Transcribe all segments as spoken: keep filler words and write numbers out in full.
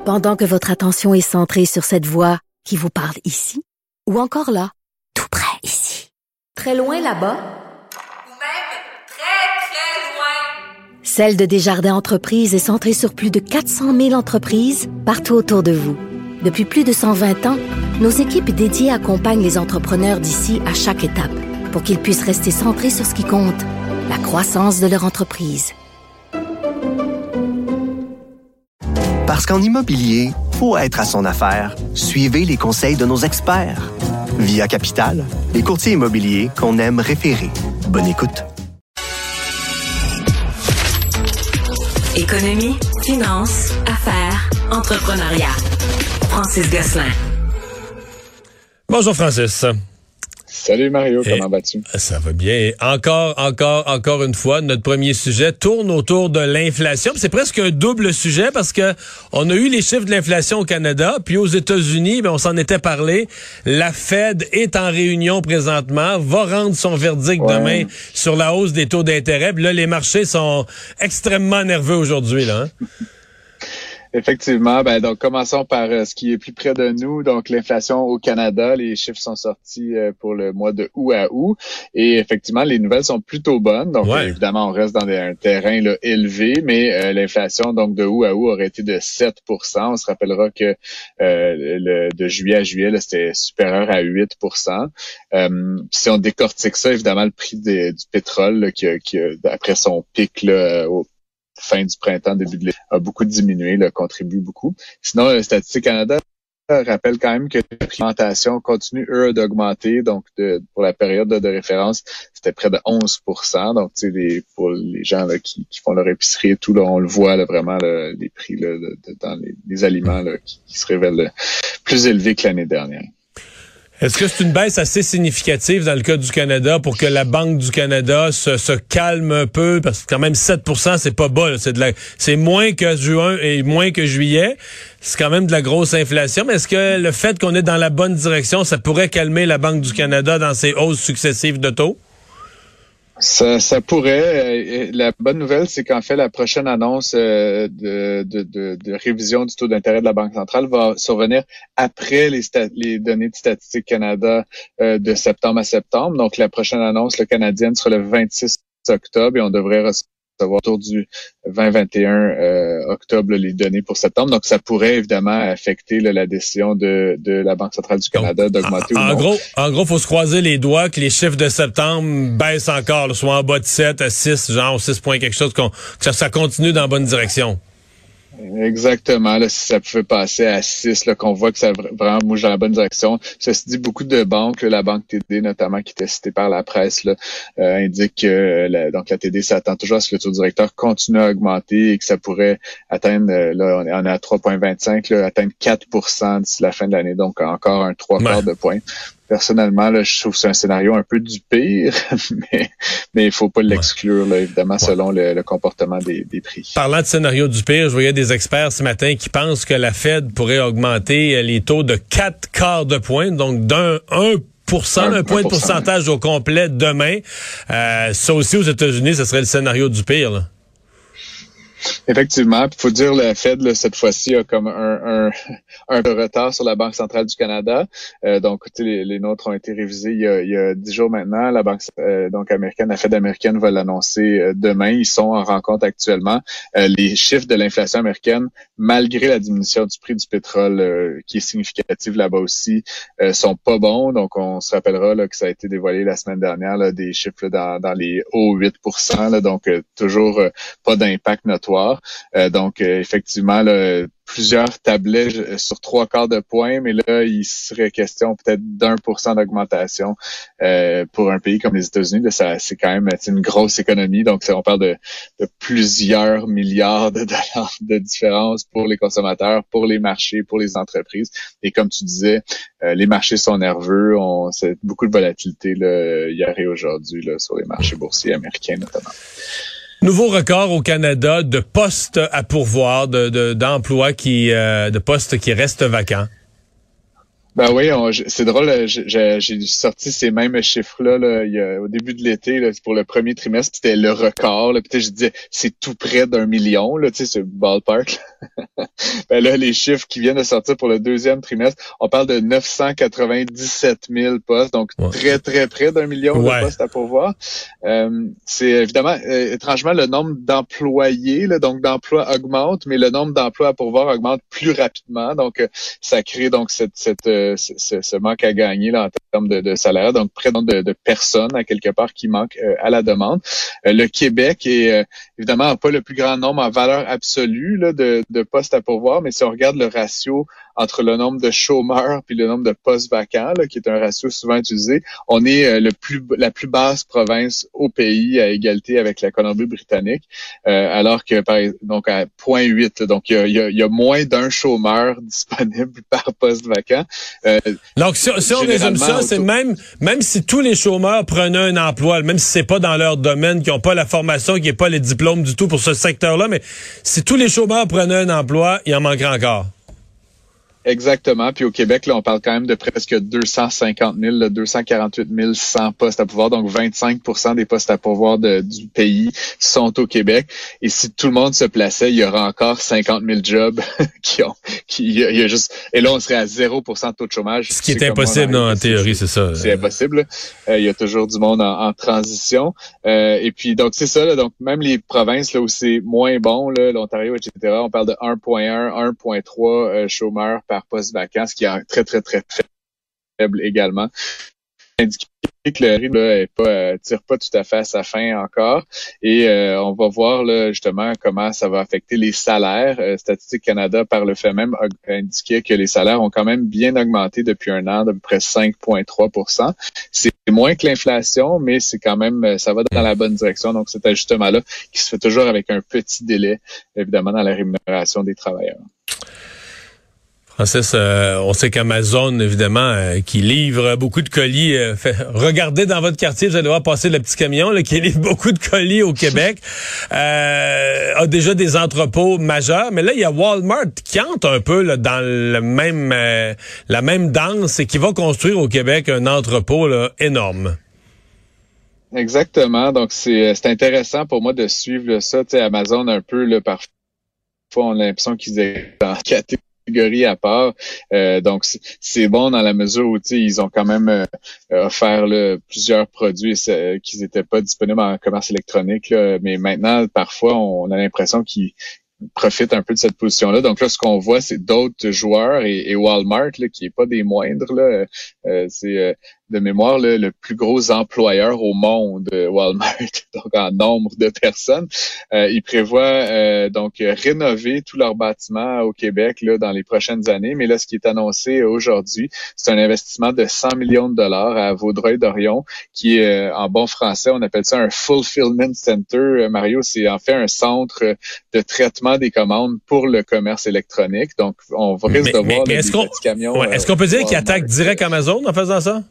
Pendant que votre attention est centrée sur cette voix qui vous parle ici, ou encore là, tout près ici, très loin là-bas, ou même très, très loin. Celle de Desjardins Entreprises est centrée sur plus de quatre cent mille entreprises partout autour de vous. Depuis plus de cent vingt ans, nos équipes dédiées accompagnent les entrepreneurs d'ici à chaque étape pour qu'ils puissent rester centrés sur ce qui compte, la croissance de leur entreprise. Parce qu'en immobilier, pour être à son affaire, suivez les conseils de nos experts. Via Capital, les courtiers immobiliers qu'on aime référer. Bonne écoute. Économie, finance, affaires, entrepreneuriat. Francis Gosselin. Bonjour Francis. Salut Mario, Et comment vas-tu? Ça va bien. Et encore, encore, encore une fois, notre premier sujet tourne autour de l'inflation. C'est presque un double sujet parce que on a eu les chiffres de l'inflation au Canada, puis aux États-Unis, ben, on s'en était parlé. La Fed est en réunion présentement, va rendre son verdict ouais. demain sur la hausse des taux d'intérêt. Puis là, les marchés sont extrêmement nerveux aujourd'hui, là. Hein? Effectivement, ben donc commençons par euh, ce qui est plus près de nous. Donc l'inflation au Canada, les chiffres sont sortis euh, pour le mois de août à août et effectivement les nouvelles sont plutôt bonnes. Donc ouais. évidemment on reste dans des, un terrain là, élevé, mais euh, l'inflation donc de août à août aurait été de sept pour cent. On se rappellera que euh, le, de juillet à juillet là, c'était supérieur à huit pour cent. Euh, si on décortique ça, évidemment le prix des, du pétrole là, qui, qui après son pic là, au fin du printemps, début de l'été, a beaucoup diminué, là, contribue beaucoup. Sinon, le Statistique Canada rappelle quand même que l'alimentation continue, eux, d'augmenter. Donc, de, pour la période de, de référence, c'était près de onze pour cent. Donc, tu sais, les, pour les gens là, qui, qui font leur épicerie et tout, là, on le voit là, vraiment, là, les prix là, de, de, dans les, les aliments là, qui, qui se révèlent là, plus élevés que l'année dernière. Est-ce que c'est une baisse assez significative dans le cas du Canada pour que la Banque du Canada se, se calme un peu? Parce que quand même sept pour cent, c'est pas bas. Là. C'est, de la, c'est moins que juin et moins que juillet. C'est quand même de la grosse inflation. Mais est-ce que le fait qu'on est dans la bonne direction, ça pourrait calmer la Banque du Canada dans ses hausses successives de taux? Ça, ça pourrait. La bonne nouvelle, c'est qu'en fait, la prochaine annonce de, de, de, de révision du taux d'intérêt de la Banque centrale va survenir après les, stat- les données de Statistique Canada euh, de septembre à septembre. Donc, la prochaine annonce le canadienne sera le vingt-six octobre et on devrait recevoir autour du vingt vingt et un euh, octobre les données pour septembre. Donc, ça pourrait évidemment affecter là, la décision de, de la Banque centrale du Canada Donc, d'augmenter en, ou non. En gros, en gros, faut se croiser les doigts que les chiffres de septembre baissent encore, là, soit en bas de sept à six, genre six points quelque chose, qu'on, que ça, ça continue dans la bonne direction. Exactement. Là, si ça pouvait passer à six, là, qu'on voit que ça vraiment bouge dans la bonne direction. Ceci dit, beaucoup de banques, là, la banque T D notamment, qui était citée par la presse, là, euh, indique que la, donc la T D s'attend toujours à ce que le taux directeur continue à augmenter et que ça pourrait atteindre, là, on est, on est à trois virgule vingt-cinq, là, atteindre quatre pour cent d'ici la fin de l'année, donc encore un trois quarts de point. Personnellement, là, je trouve que c'est un scénario un peu du pire, mais mais il faut pas l'exclure, là, évidemment, ouais. selon le, le comportement des, des prix. Parlant de scénario du pire, je voyais des experts ce matin qui pensent que la Fed pourrait augmenter les taux de quatre quarts de point, donc d'un un pour cent, un, un point de pourcentage au complet demain. Euh, ça aussi, aux États-Unis, ce serait le scénario du pire, là. Effectivement, il faut dire la Fed là, cette fois-ci a comme un, un, un retard sur la Banque centrale du Canada. Euh, donc, les, les nôtres ont été révisés il y a, il y a dix jours maintenant. La Banque euh, donc américaine, la Fed américaine va l'annoncer euh, demain. Ils sont en rencontre actuellement. Euh, les chiffres de l'inflation américaine, malgré la diminution du prix du pétrole euh, qui est significative là-bas aussi, euh, sont pas bons. Donc, on se rappellera là, que ça a été dévoilé la semaine dernière, là, des chiffres là, dans, dans les hauts huit pour cent. Là, donc, euh, toujours euh, pas d'impact notoire. Euh, donc, euh, effectivement, là, plusieurs tablaient sur trois quarts de point, mais là, il serait question peut-être d'un pour cent d'augmentation euh, pour un pays comme les États-Unis. Là, ça, c'est quand même c'est une grosse économie. Donc, on parle de, de plusieurs milliards de dollars de différence pour les consommateurs, pour les marchés, pour les entreprises. Et comme tu disais, euh, les marchés sont nerveux. On c'est beaucoup de volatilité là, hier et aujourd'hui là, sur les marchés boursiers américains notamment. Nouveau record au Canada de postes à pourvoir, de, de d'emplois qui, euh, de postes qui restent vacants. Ben oui, on, c'est drôle, j'ai, j'ai sorti ces mêmes chiffres-là là, il y a, au début de l'été, là, pour le premier trimestre, c'était le record. Là, puis je disais, c'est tout près d'un million, là, tu sais, ce ballpark. Ben là, les chiffres qui viennent de sortir pour le deuxième trimestre, on parle de neuf cent quatre-vingt-dix-sept mille postes, donc ouais. très, très près d'un million ouais. de postes à pourvoir. Euh, c'est évidemment, euh, étrangement, le nombre d'employés, là, donc d'emplois augmente, mais le nombre d'emplois à pourvoir augmente plus rapidement. Donc, euh, ça crée donc cette, cette, euh, ce, ce manque à gagner là, en termes de, de salaire. Donc, près de, de personnes, à quelque part, qui manquent euh, à la demande. Euh, le Québec est euh, évidemment pas le plus grand nombre en valeur absolue là, de, de postes à pourvoir, mais si on regarde le ratio entre le nombre de chômeurs puis le nombre de postes vacants, là, qui est un ratio souvent utilisé, on est euh, le plus la plus basse province au pays à égalité avec la Colombie-Britannique, euh, alors que par donc à zéro virgule huit, là, donc il y a, y, a, y a moins d'un chômeur disponible par poste vacant. Euh, donc si, si on résume ça, autour... c'est même même si tous les chômeurs prenaient un emploi, même si c'est pas dans leur domaine, qui n'ont pas la formation, qui n'ont pas les diplômes du tout pour ce secteur-là, mais si tous les chômeurs prenaient un emploi, il en manquerait encore. Exactement. Puis au Québec, là, on parle quand même de presque deux cent cinquante mille, là, deux cent quarante-huit mille cent postes à pourvoir. Donc, vingt-cinq pour cent des postes à pourvoir de, du pays sont au Québec. Et si tout le monde se plaçait, il y aura encore cinquante mille jobs qui ont, qui, il y, a, il y a juste, et là, on serait à zéro pour cent de taux de chômage. Ce qui est impossible, non, en théorie, c'est ça. C'est impossible. Euh, il y a toujours du monde en, en transition. Euh, et puis, donc, c'est ça, là. Donc, même les provinces, là, où c'est moins bon, là, l'Ontario, et cetera, on parle de un virgule un, un virgule trois euh, chômeurs par poste vacant, ce qui est très, très, très faible également. Indiqué que le rythme là, est pas, euh, tire pas tout à fait à sa fin encore. Et euh, on va voir là, justement comment ça va affecter les salaires. Euh, Statistique Canada, par le fait même, a indiqué que les salaires ont quand même bien augmenté depuis un an, d'à peu près cinq virgule trois pour cent. C'est moins que l'inflation, mais c'est quand même, ça va dans la bonne direction. Donc, cet ajustement-là qui se fait toujours avec un petit délai, évidemment, dans la rémunération des travailleurs. Francis, euh, on sait qu'Amazon, évidemment, euh, qui livre beaucoup de colis, euh, fait, regardez dans votre quartier, vous allez voir passer le petit camion là, qui livre beaucoup de colis au Québec, euh, a déjà des entrepôts majeurs, mais là, il y a Walmart qui entre un peu là, dans le même euh, la même danse et qui va construire au Québec un entrepôt là, énorme. Exactement, donc c'est, c'est intéressant pour moi de suivre ça. Tu sais, Amazon, un peu, là, parfois, on a l'impression qu'ils étaient en catégorie catégorie à part. Euh, donc, c'est, c'est bon dans la mesure où ils ont quand même euh, offert là, plusieurs produits euh, qui n'étaient pas disponibles en commerce électronique. Là, mais maintenant, parfois, on a l'impression qu'ils profitent un peu de cette position-là. Donc là, ce qu'on voit, c'est d'autres joueurs et, et Walmart, là, qui est pas des moindres. Là, euh, c'est euh, de mémoire là, le plus gros employeur au monde, Walmart, donc en nombre de personnes. Euh, ils prévoient euh, donc rénover tous leurs bâtiments au Québec là, dans les prochaines années. Mais là, ce qui est annoncé aujourd'hui, c'est un investissement de cent millions de dollars à Vaudreuil-Dorion, qui est euh, en bon français, on appelle ça un Fulfillment Center. Mario, c'est en fait un centre de traitement des commandes pour le commerce électronique. Donc, on risque mais, de mais, voir mais là, est-ce des qu'on, petits camions. Ouais, est-ce qu'on peut dire qu'ils attaquent direct Amazon en faisant ça?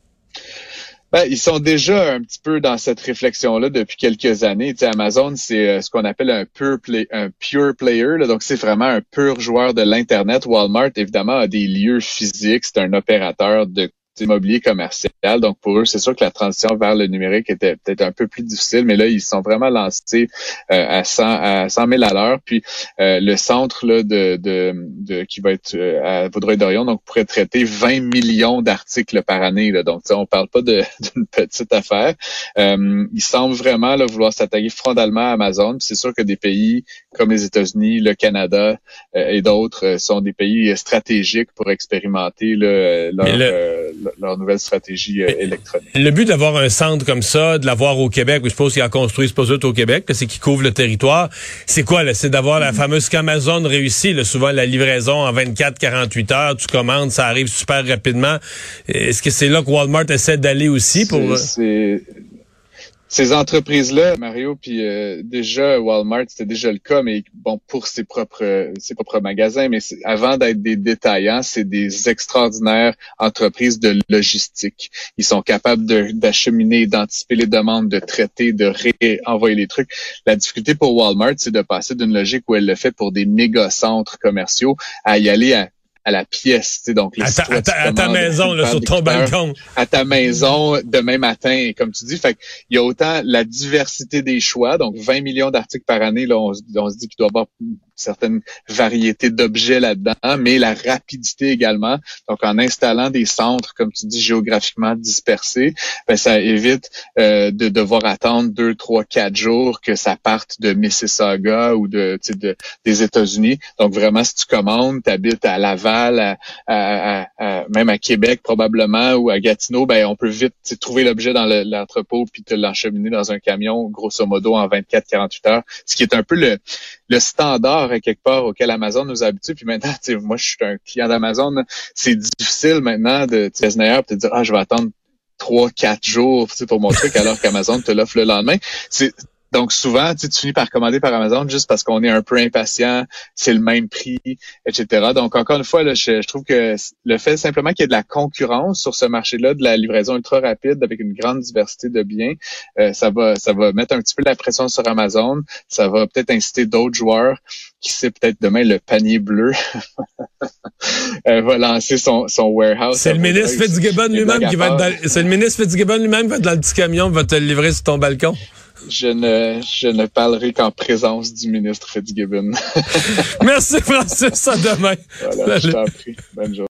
Ben, ils sont déjà un petit peu dans cette réflexion-là depuis quelques années. Tu sais, Amazon, c'est euh, ce qu'on appelle un pure play, un pure player. Là, donc, c'est vraiment un pur joueur de l'Internet. Walmart, évidemment, a des lieux physiques. C'est un opérateur de immobilier commercial. Donc, pour eux, c'est sûr que la transition vers le numérique était peut-être un peu plus difficile, mais là, ils sont vraiment lancés euh, à cent mille à l'heure. Puis, euh, le centre là de, de, de qui va être euh, à Vaudreuil-Dorion, donc pourrait traiter vingt millions d'articles par année. Là. Donc, on parle pas de, d'une petite affaire. Euh, ils semblent vraiment là, vouloir s'attaquer frontalement à Amazon. Puis c'est sûr que des pays comme les États-Unis, le Canada euh, et d'autres euh, sont des pays stratégiques pour expérimenter là, leur, le... euh, leur nouvelle stratégie euh, électronique. Le but d'avoir un centre comme ça, de l'avoir au Québec, je suppose qu'il a construit, c'est pas au Québec, là, c'est qu'il couvre le territoire. C'est quoi, là? C'est d'avoir la fameuse qu'Amazon réussit, là, souvent la livraison en vingt-quatre à quarante-huit heures, tu commandes, ça arrive super rapidement. Est-ce que c'est là que Walmart essaie d'aller aussi pour... C'est, c'est... Ces entreprises-là, Mario, puis euh, déjà Walmart, c'était déjà le cas, mais bon, pour ses propres ses propres magasins, mais avant d'être des détaillants, c'est des extraordinaires entreprises de logistique. Ils sont capables de, d'acheminer, d'anticiper les demandes, de traiter, de réenvoyer les trucs. La difficulté pour Walmart, c'est de passer d'une logique où elle le fait pour des méga centres commerciaux à y aller à à la pièce, tu sais, donc les à ta, à ta, à ta maison, là, sur ton balcon. À ta maison demain matin, comme tu dis. Fait il y a autant la diversité des choix, donc vingt millions d'articles par année, là, on, on se dit qu'il doit y avoir certaine variété d'objets là-dedans, mais la rapidité également. Donc, en installant des centres, comme tu dis, géographiquement dispersés, ben, ça évite euh, de devoir attendre deux, trois, quatre jours que ça parte de Mississauga ou de, tu sais, de des États-Unis. Donc, vraiment, si tu commandes, tu habites à Laval, à, à, à, à, même à Québec probablement, ou à Gatineau, ben on peut vite trouver l'objet dans le, l'entrepôt puis te l'encheminer dans un camion, grosso modo, en vingt-quatre à quarante-huit heures, ce qui est un peu le, le standard, à quelque part, auquel Amazon nous habitue. Puis maintenant, tu sais, moi, je suis un client d'Amazon, c'est difficile maintenant de te ailleurs te dire, ah, je vais attendre trois, quatre jours, tu sais, pour mon truc, alors qu'Amazon te l'offre le lendemain. C'est Donc, souvent, tu sais, tu finis par commander par Amazon juste parce qu'on est un peu impatient, c'est le même prix, et cetera. Donc, encore une fois, là, je, je trouve que le fait simplement qu'il y ait de la concurrence sur ce marché-là, de la livraison ultra rapide avec une grande diversité de biens, euh, ça va ça va mettre un petit peu la pression sur Amazon. Ça va peut-être inciter d'autres joueurs, qui sait, peut-être demain le panier bleu euh, va lancer son, son warehouse. C'est le ministre Fitzgibbon lui-même qui va être dans, c'est le ministre Fitzgibbon lui-même qui va être dans le petit camion, va te le livrer sur ton balcon. Je ne, je ne parlerai qu'en présence du ministre Fitzgibbon. Merci Francis, à demain. Voilà, je t'en prie. Bonne journée.